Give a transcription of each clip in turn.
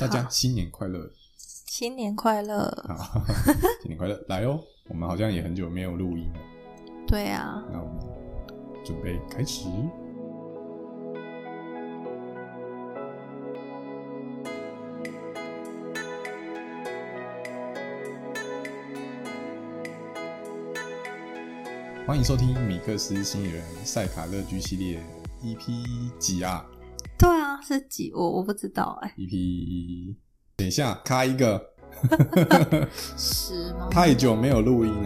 大家新年快乐！ 新年快乐！ 好，新年快乐！来哦，我们好像也很久没有录音了。 对啊， 那我们准备开始。欢迎收听米克斯新人赛卡乐居系列 EP 几啊？ 对啊，是几？我不知道 EP 等一下开一个 10吗？ 太久没有录音了。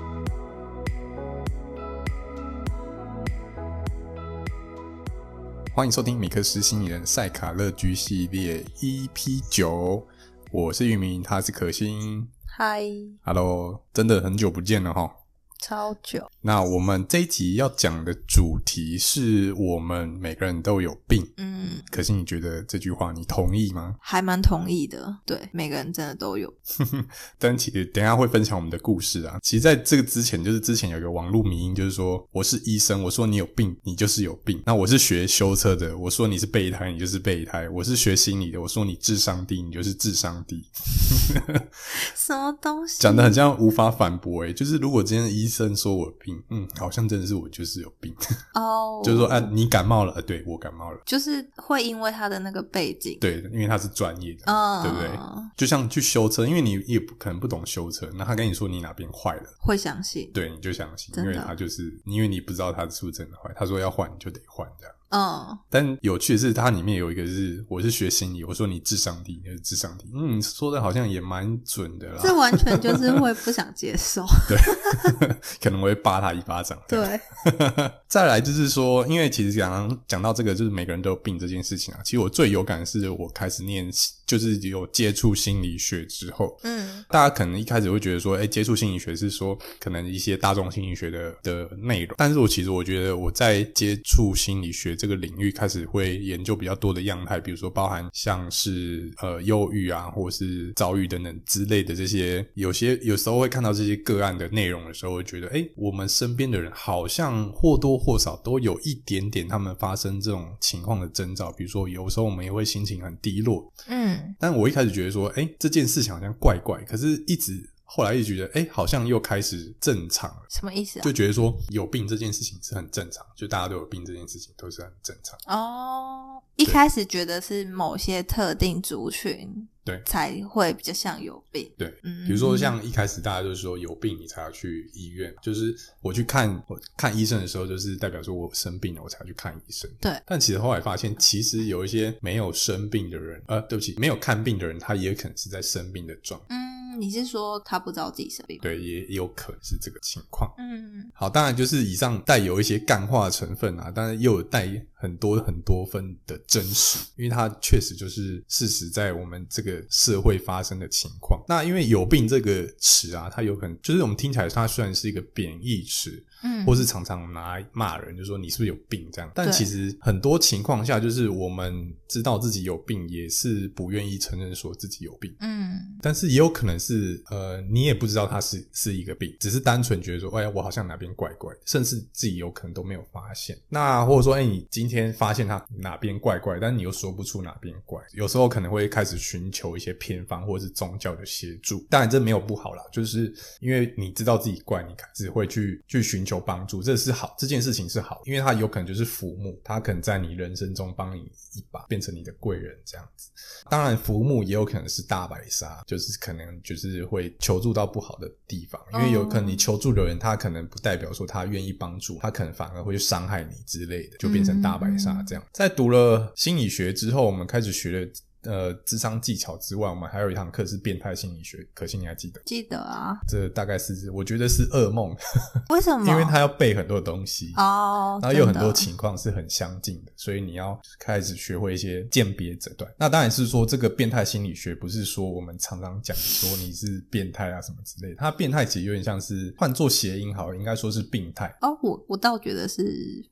欢迎收听米克斯新人赛卡乐居系列 EP 9，我是玉明，他是可心。 嗨 Hello， 真的很久不见了齁。 超久。 那我们这一集要讲的主题是我们每个人都有病。可是你觉得这句话你同意吗？ 还蛮同意的，对，每个人真的都有。 但其实等一下会分享我们的故事啊。其实在这个之前，就是之前有一个网络迷因，就是说我是医生，我说你有病，你就是有病。那我是学修车的，我说你是备胎，你就是备胎。我是学心理的，我说你智商低，你就是智商低。 什么东西？ 讲得很像无法反驳欸，就是如果今天医生说我有病，好像真的是我就是有病。 哦， 就是说你感冒了，对，我感冒了。 就是会因为他的那个背景， 对，因为他是专业的，对不对？就像去修车，因为你也可能不懂修车，那他跟你说你哪边坏了， 会相信， 对，你就相信， 真的， 因为他就是因为你不知道他是不是真的坏，他说要换你就得换这样。但有趣的是它里面有一个是我是学心理，我说你智商低，你是智商低，说的好像也蛮准的啦。 这完全就是会不想接受。 对，可能我会扒他一巴掌。 对。 再来就是说，因为其实讲到这个就是每个人都有病这件事情啊，其实我最有感的是我开始念就是有接触心理学之后，大家可能一开始会觉得说接触心理学是说可能一些大众心理学的内容，但是我觉得我在接触心理学这个领域开始会研究比较多的样态，比如说包含像是忧郁啊或是躁郁等等之类的这些，有时候会看到这些个案的内容的时候，会觉得我们身边的人好像或多或少都有一点点他们发生这种情况的征兆，比如说有时候我们也会心情很低落，但我一开始觉得说这件事情好像怪怪，可是后来一直觉得好像又开始正常了。 什么意思啊？ 就觉得说有病这件事情是很正常，就大家都有病这件事情都是很正常。 一开始觉得是某些特定族群对才会比较像有病。 对，比如说像一开始大家就是说有病你才要去医院，就是我去看医生的时候，就是代表说我生病了我才要去看医生。 对， 但其实后来发现其实有一些没有生病的人对不起，没有看病的人他也可能是在生病的状态。 你是说他不知道自己生病？ 对，也有可能是这个情况。好，当然就是以上带有一些干话成分啊，当然又有带很多很多分的真实，因为它确实就是事实在我们这个社会发生的情况。那因为有病这个词啊，它有可能就是我们听起来它虽然是一个贬义词，或是常常拿来骂人，就说你是不是有病这样，但其实很多情况下就是我们知道自己有病也是不愿意承认说自己有病。但是也有可能是你也不知道它是一个病，只是单纯觉得说我好像哪边怪怪的，甚至自己有可能都没有发现。那或者说你今天发现它哪边怪怪，但你又说不出哪边怪，有时候可能会开始寻求一些偏方或是宗教的协助。当然这没有不好啦，就是因为你知道自己怪，你开始会去寻求帮助，这是好，这件事情是好，因为它有可能就是浮木，它可能在你人生中帮你一把，变成你的贵人这样子。当然浮木也有可能是大白鲨，就是可能就是会求助到不好的地方，因为有可能你求助的人他可能不代表说他愿意帮助，他可能反而会去伤害你之类的，就变成大白鲨这样。在读了心理学之后，我们开始学了諮商技巧之外，我们还有一堂课是变态心理学，可惜你还记得？ 记得啊。 这大概是我觉得是噩梦。 为什么？ 因为他要背很多东西然后有很多情况是很相近的，所以你要开始学会一些鉴别诊断。那当然是说这个变态心理学不是说我们常常讲说你是变态啊什么之类的，它变态其实有点像是换作谐音好了，应该说是病态。 我倒觉得是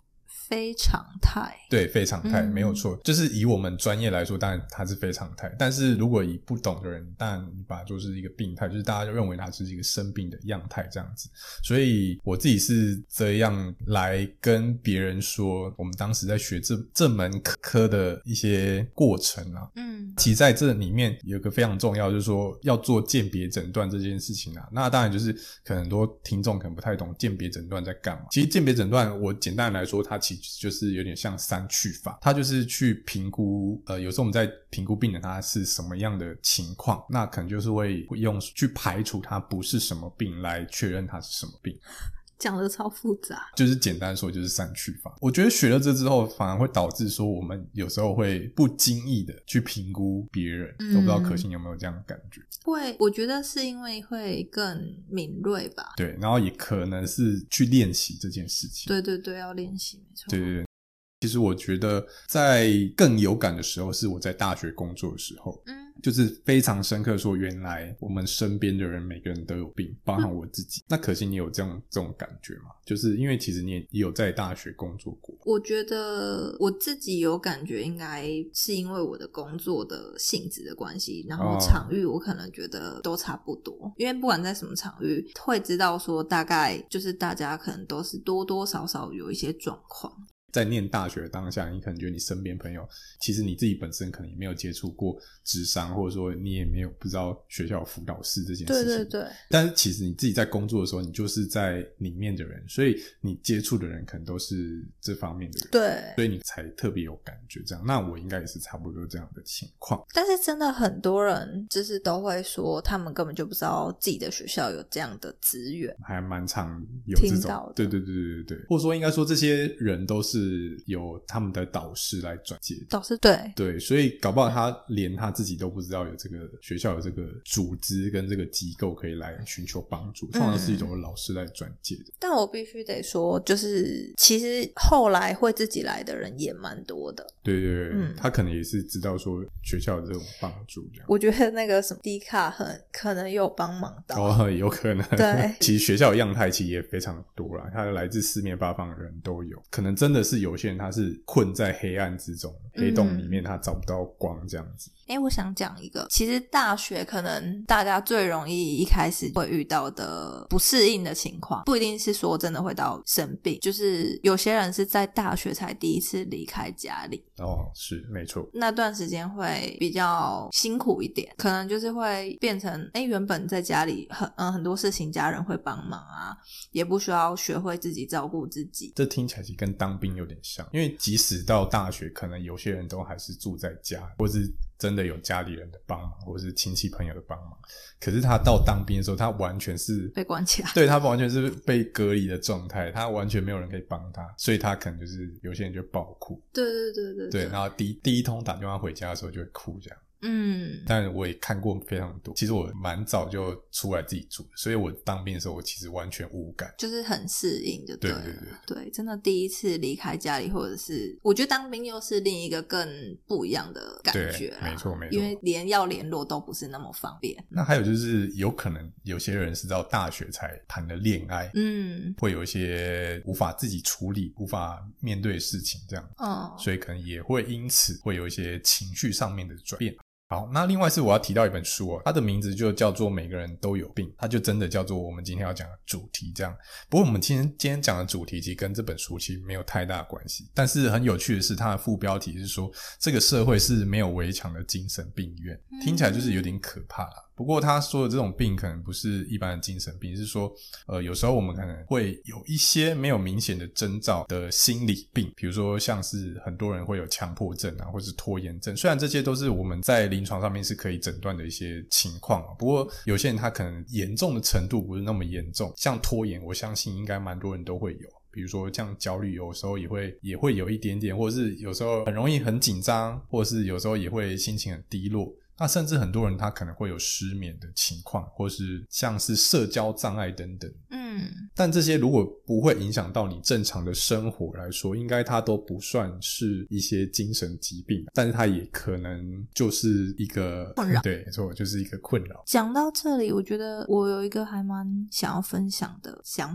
非常态， 对，非常态，没有错。就是以我们专业来说，当然它是非常态，但是如果以不懂的人，当然你把它就是一个病态，就是大家就认为它是一个生病的样态这样子。所以我自己是这样来跟别人说，我们当时在学这门科的一些过程啊。其实在这里面有个非常重要，就是说要做鉴别诊断这件事情啊。那当然就是可能很多听众可能不太懂鉴别诊断在干嘛。其实鉴别诊断我简单来说，它其实就是有点像3去法，它就是去评估有时候我们在评估病人他是什么样的情况，那可能就是会用去排除他不是什么病来确认他是什么病。 讲得超复杂， 就是简单说就是3去法。我觉得学了这之后反而会导致说我们有时候会不经意的去评估别人。我不知道可心有没有这样的感觉。 会，我觉得是因为会更敏锐吧。 对，然后也可能是去练习这件事情。 对对对，要练习，没错。 对对对。其实我觉得在更有感的时候是我在大学工作的时候，就是非常深刻说原来我们身边的人每个人都有病，包含我自己。那可惜你有这种感觉吗？就是因为其实你也有在大学工作过。 我觉得我自己有感觉应该是因为我的工作的性质的关系，然后场域我可能觉得都差不多，因为不管在什么场域会知道说大概就是大家可能都是多多少少有一些状况。 在念大学的当下，你可能觉得你身边朋友其实你自己本身可能也没有接触过諮商，或者说你也没有不知道学校有辅导室这件事情。对对对。但是其实你自己在工作的时候，你就是在里面的人，所以你接触的人可能都是这方面的人。对。所以你才特别有感觉这样。那我应该也是差不多这样的情况。 但是真的很多人就是都会说他们根本就不知道自己的学校有这样的资源。 还蛮常有这种。对对对对对。或者说应该说这些人都是由他们的导师来转介。 导师，对对，所以搞不好他连他自己都不知道有这个学校有这个组织跟这个机构可以来寻求帮助，通常是一种老师来转介的。 但我必须得说，就是其实后来会自己来的人也蛮多的。 对对对，他可能也是知道说学校有这种帮助这样。 我觉得那个什么D卡可能有帮忙到。 有可能。对，其实学校的样态其实也非常多啦，它来自四面八方的人都有，可能真的是有些人他是困在黑暗之中，黑洞里面他找不到光这样子。 我想讲一个，其实大学可能大家最容易一开始会遇到的不适应的情况，不一定是说真的会到生病，就是有些人是在大学才第一次离开家里。 是没错， 那段时间会比较辛苦一点，可能就是会变成原本在家里很多事情家人会帮忙啊，也不需要学会自己照顾自己。 这听起来其实跟当兵有点像，因为即使到大学可能有些人都还是住在家，或是真的有家里人的帮忙，或是亲戚朋友的帮忙，可是他到当兵的时候他完全是被关起来。 对，他完全是被隔离的状态，他完全没有人可以帮他，所以他可能就是有些人就爆哭。 对对对对对，然后第一通打电话回家的时候就会哭这样。但我也看过非常多，其实我蛮早就出来自己住的，所以我当兵的时候我其实完全无感， 就是很适应就对了。 对对对对，真的第一次离开家里，或者是我觉得当兵又是另一个更不一样的感觉啦。 没错没错， 因为连要联络都不是那么方便。 那还有就是有可能有些人是到大学才谈的恋爱，会有一些无法自己处理无法面对的事情这样，所以可能也会因此会有一些情绪上面的转变。好，那另外是我要提到一本书它的名字就叫做每个人都有病，它就真的叫做我们今天要讲的主题这样。不过我们今天讲的主题其实跟这本书其实没有太大的关系，但是很有趣的是它的副标题是说这个社会是没有围墙的精神病院，听起来就是有点可怕啦。不过他说的这种病可能不是一般的精神病，是说有时候我们可能会有一些没有明显的征兆的心理病，比如说像是很多人会有强迫症或是拖延症，虽然这些都是我们在临床上面是可以诊断的一些情况不过有些人他可能严重的程度不是那么严重，像拖延我相信应该蛮多人都会有，比如说像焦虑有时候也会有一点点，或者是有时候很容易很紧张，或者是有时候也会心情很低落，那甚至很多人他可能会有失眠的情况，或是像是社交障碍等等。但这些如果不会影响到你正常的生活来说，应该它都不算是一些精神疾病，但是它也可能就是一个困扰。 对，没错，就是一个困扰。 讲到这里，我觉得我有一个还蛮想要分享的想法，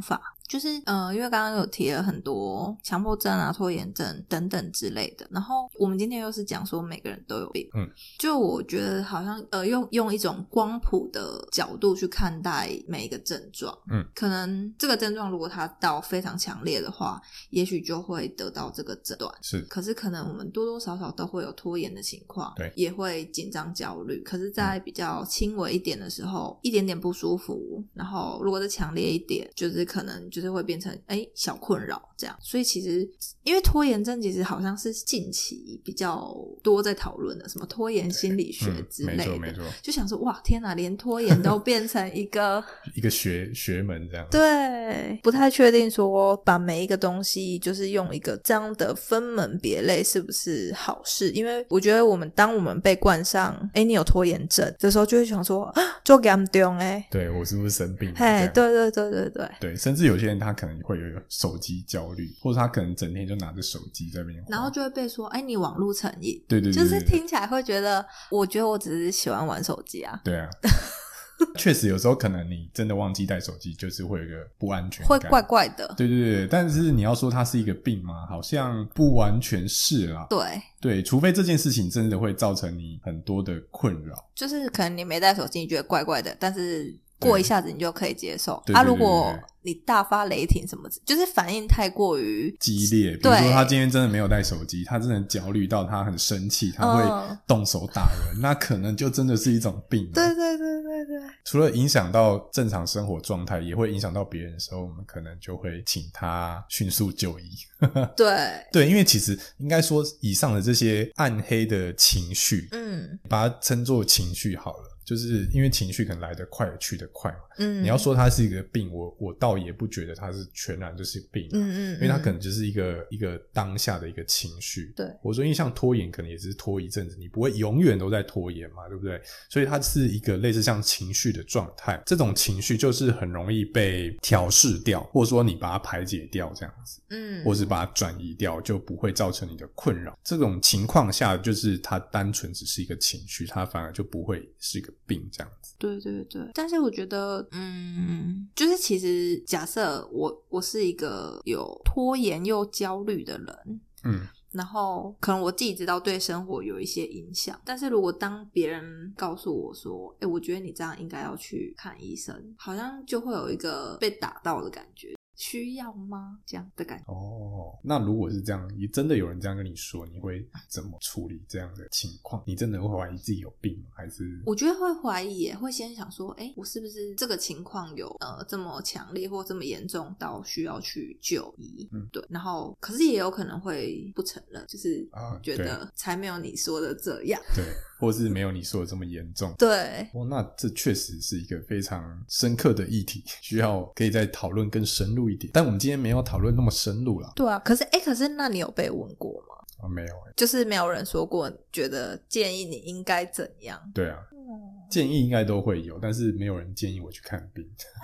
就是因为刚刚有提了很多强迫症啊、拖延症等等之类的，然后我们今天又是讲说每个人都有病，就我觉得好像用一种光谱的角度去看待每一个症状，可能这个症状如果它到非常强烈的话，也许就会得到这个诊断， 是， 可是可能我们多多少少都会有拖延的情况， 对， 也会紧张焦虑，可是在比较轻微一点的时候，一点点不舒服，然后如果再强烈一点，就是可能就是会变成小困扰这样。所以其实因为拖延症其实好像是近期比较多在讨论的，什么拖延心理学之类的， 没错， 就想说哇天哪，连拖延都变成一个一个学门这样。 对，不太确定说把每一个东西就是用一个这样的分门别类是不是好事，因为我觉得当我们被冠上你有拖延症的时候，就会想说做严重对，我是不是生病了？ 对， 甚至有些人他可能会有手机焦虑，或者他可能整天就拿着手机在那边滑， 然后就会被说你网络成瘾， 对， 就是听起来会觉得我觉得我只是喜欢玩手机啊， 对啊确实有时候可能你真的忘记带手机，就是会有一个不安全感， 会怪怪的， 对，但是你要说它是一个病吗？好像不完全是啦，对，除非这件事情真的会造成你很多的困扰， 就是可能你没带手机你觉得怪怪的，但是过一下子你就可以接受对如果你大发雷霆什么，就是反应太过于激烈，比如说他今天真的没有带手机，他真的焦虑到他很生气，他会动手打人，那可能就真的是一种病。 对， 除了影响到正常生活状态，也会影响到别人的时候，我们可能就会请他迅速就医对，因为其实应该说以上的这些暗黑的情绪把它称作情绪好了，就是因为情绪可能来得快也去得快嘛。你要说它是一个病，我倒也不觉得它是全然就是病因为它可能就是一个当下的一个情绪。 对， 我说因为像拖延可能也是拖一阵子，你不会永远都在拖延嘛，对不对？所以它是一个类似像情绪的状态，这种情绪就是很容易被调试掉，或者说你把它排解掉这样子，或是把它转移掉，就不会造成你的困扰。这种情况下就是它单纯只是一个情绪，它反而就不会是一个病这样子。 对，但是我觉得就是其实假设我是一个有拖延又焦虑的人然后可能我自己知道对生活有一些影响，但是如果当别人告诉我说我觉得你这样应该要去看医生，好像就会有一个被打到的感觉，需要吗？这样的感觉。 那如果是这样，也真的有人这样跟你说，你会怎么处理这样的情况？你真的会怀疑自己有病吗？还是我觉得会怀疑耶，会先想说我是不是这个情况有这么强烈或这么严重到需要去就医对，然后可是也有可能会不承认，就是觉得才没有你说的这样对，或是没有你说的这么严重对那这确实是一个非常深刻的议题，需要可以再讨论更深入一点，但我们今天没有讨论那么深入啦。 对啊，可是那你有被问过吗？ 没有就是没有人说过觉得建议你应该怎样。 对啊建议应该都会有，但是没有人建议我去看病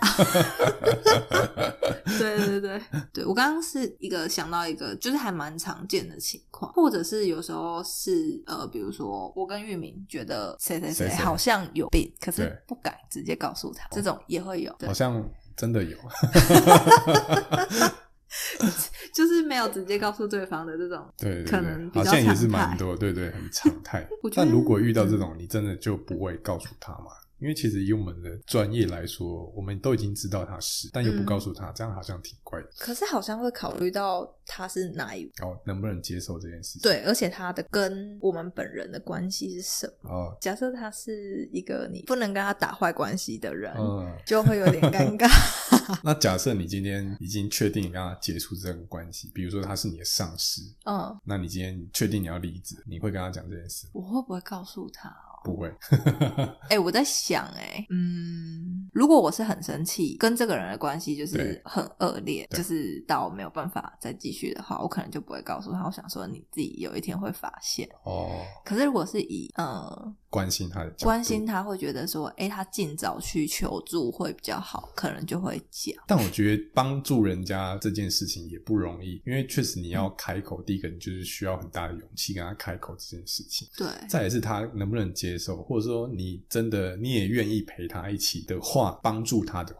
对，我刚刚是想到一个就是还蛮常见的情况，或者是有时候是比如说我跟玉明觉得谁好像有病，可是不敢直接告诉他，这种也会有。 好像真的有就是没有直接告诉对方的这种， 对， 可能比较好像也是蛮多，对，很常态但如果遇到这种你真的就不会告诉他嘛，因为其实以我们的专业来说，我们都已经知道他是，但又不告诉他这样好像挺怪的。 可是好像会考虑到他是哪一能不能接受这件事情。 对，而且他的跟我们本人的关系是什么假设他是一个你不能跟他打坏关系的人就会有点尴尬那假设你今天已经确定你跟他结束这个关系，比如说他是你的上司那你今天确定你要离职，你会跟他讲这件事？ 我会不会告诉他不会我在想如果我是很生气，跟这个人的关系就是很恶劣，就是到没有办法再继续的话，我可能就不会告诉他，我想说你自己有一天会发现可是如果是以关心他的角度， 关心他会觉得说他尽早去求助会比较好，可能就会讲。 但我觉得帮助人家这件事情也不容易，因为确实你要开口第一个你就是需要很大的勇气跟他开口这件事情， 对， 再来是他能不能接受，或者说你也愿意陪他一起的话，帮助他的话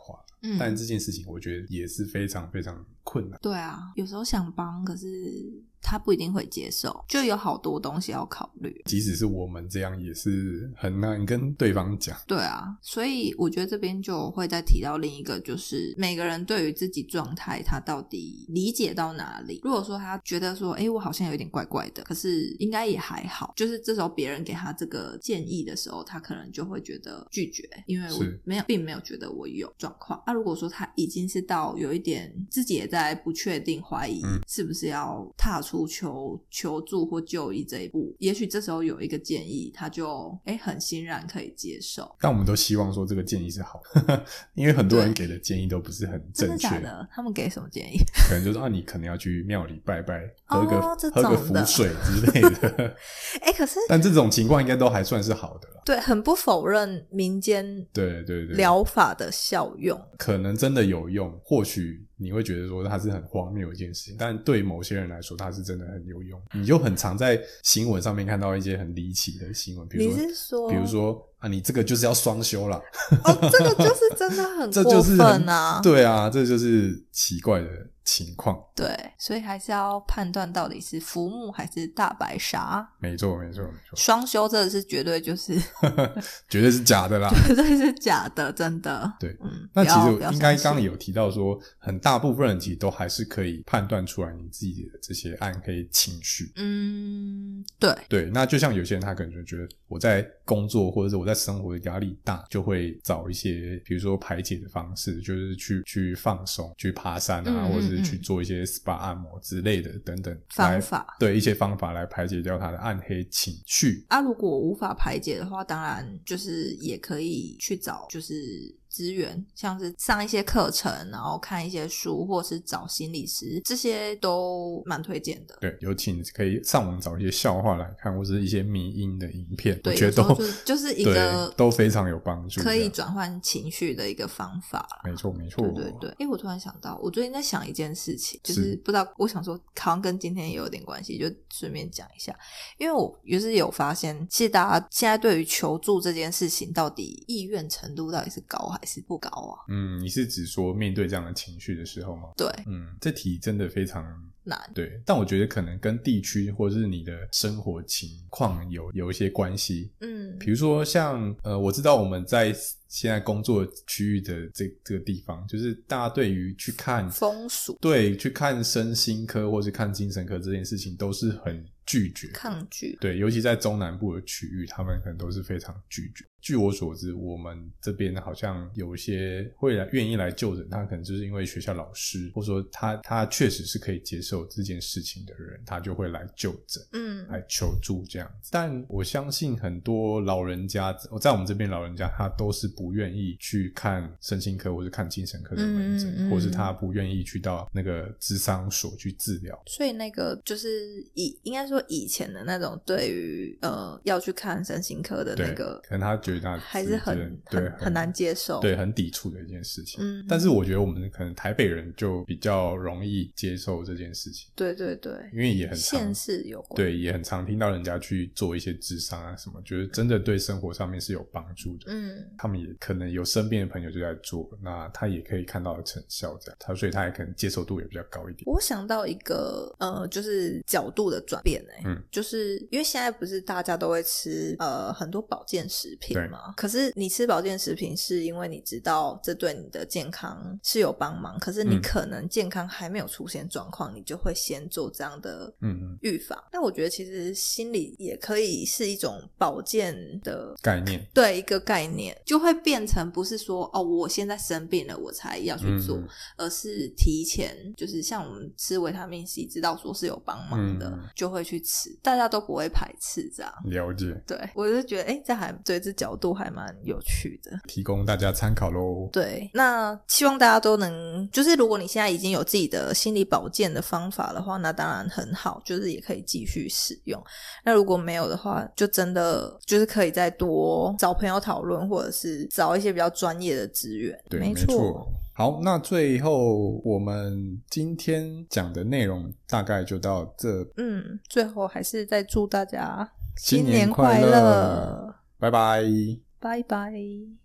但这件事情我觉得也是非常非常困难。 对啊，有时候想帮，可是他不一定会接受，就有好多东西要考虑。 即使是我们这样也是很难跟对方讲。 对啊，所以我觉得这边就会再提到另一个，就是每个人对于自己状态他到底理解到哪里。如果说他觉得说我好像有点怪怪的，可是应该也还好，就是这时候别人给他这个建议的时候，他可能就会觉得拒绝，因为我并没有觉得我有状况。如果说他已经是到有一点自己也在不确定怀疑是不是要踏出求助或就医这一步，也许这时候有一个建议他就很欣然可以接受。 但我们都希望说这个建议是好的因为很多人给的建建议都不是很正确。 真的假的？他们给什么建议？ 可能就是你可能要去庙里拜拜喝个符水之类的可是但这种情况应该都还算是好的啦。 对，很不否认民间对疗法的效用， 可能真的有用，或许你会觉得说它是很荒谬的一件事情，但对某些人来说它是真的很有用。你就很常在新闻上面看到一些很离奇的新闻，比如说你这个就是要双修啦这个就是真的很过分啊对啊，这就是奇怪的情况。 对，所以还是要判断到底是浮木还是大白鲨。 没错双修这个是绝对就是绝对是假的啦绝对是假的，真的。 对，那其实应该刚刚有提到说很大部分人其实都还是可以判断出来你自己的这些暗黑情绪。 对， 那就像有些人他可能就觉得我在工作或者是我在生活的压力大，就会找一些比如说排解的方式，就是去放松，去爬山或者是去做一些 SPA 按摩之类的等等方法。 对，一些方法来排解掉他的暗黑情绪。 如果无法排解的话，当然就是也可以去找就是资源，像是上一些课程，然后看一些书，或是找心理师，这些都蛮推荐的。 对，尤其你可以上网找一些笑话来看，或是一些迷因的影片， 对， 我觉得都就是一个都非常有帮助， 可以转换情绪的一个方法啦。 没错对。我突然想到，我最近在想一件事情，就是不知道，我想说好像跟今天也有点关系，就顺便讲一下。因为我就是有发现，其实大家现在对于求助这件事情，到底意愿程度到底是高还是不高啊？ 你是指说面对这样的情绪的时候吗？ 对， 这题真的非常难。 对，但我觉得可能跟地区或者是你的生活情况有一些关系。比如说像我知道我们在现在工作区域的这个地方，就是大家对于去看风俗， 对，去看身心科或是看精神科这件事情都是很拒绝抗拒。 对，尤其在中南部的区域，他们可能都是非常拒绝。据我所知，我们这边好像有一些愿意来就诊，他可能就是因为学校老师，或者说他确实是可以接受这件事情的人，他就会来就诊，来求助这样子。但我相信很多老人家，在我们这边老人家，他都是不愿意去看身心科或是看精神科的门诊，或是他不愿意去到那个諮商所去治疗。 所以那个就是应该说以前的那种对于要去看身心科的那个， 可能他觉得他还是很难接受， 对，很抵触的一件事情。但是我觉得我们可能台北人就比较容易接受这件事情。 对， 因为也很常县市有关， 对，也很常听到人家去做一些諮商什么，觉得真的对生活上面是有帮助的。他们也可能有身边的朋友就在做，那他也可以看到成效这样，所以他也可能接受度也比较高一点。 我想到一个就是角度的转变就是因为现在不是大家都会吃很多保健食品嘛，可是你吃保健食品是因为你知道这对你的健康是有帮忙，可是你可能健康还没有出现状况，你就会先做这样的预防。那我觉得其实心理也可以是一种保健的概念， 对，一个概念就会变成不是说我现在生病了我才要去做，而是提前就是像我们吃维他命 C 知道说是有帮忙的，就会去吃，大家都不会排斥这样。 了解。 对，我就觉得这角度还蛮有趣的， 提供大家参考咯。 对，那希望大家都能就是如果你现在已经有自己的心理保健的方法的话，那当然很好，就是也可以继续使用。那如果没有的话，就真的就是可以再多找朋友讨论，或者是找一些比较专业的资源。 对，没错。好，那最后我们今天讲的内容大概就到这。 最后还是再祝大家新年快乐，拜拜， 拜拜。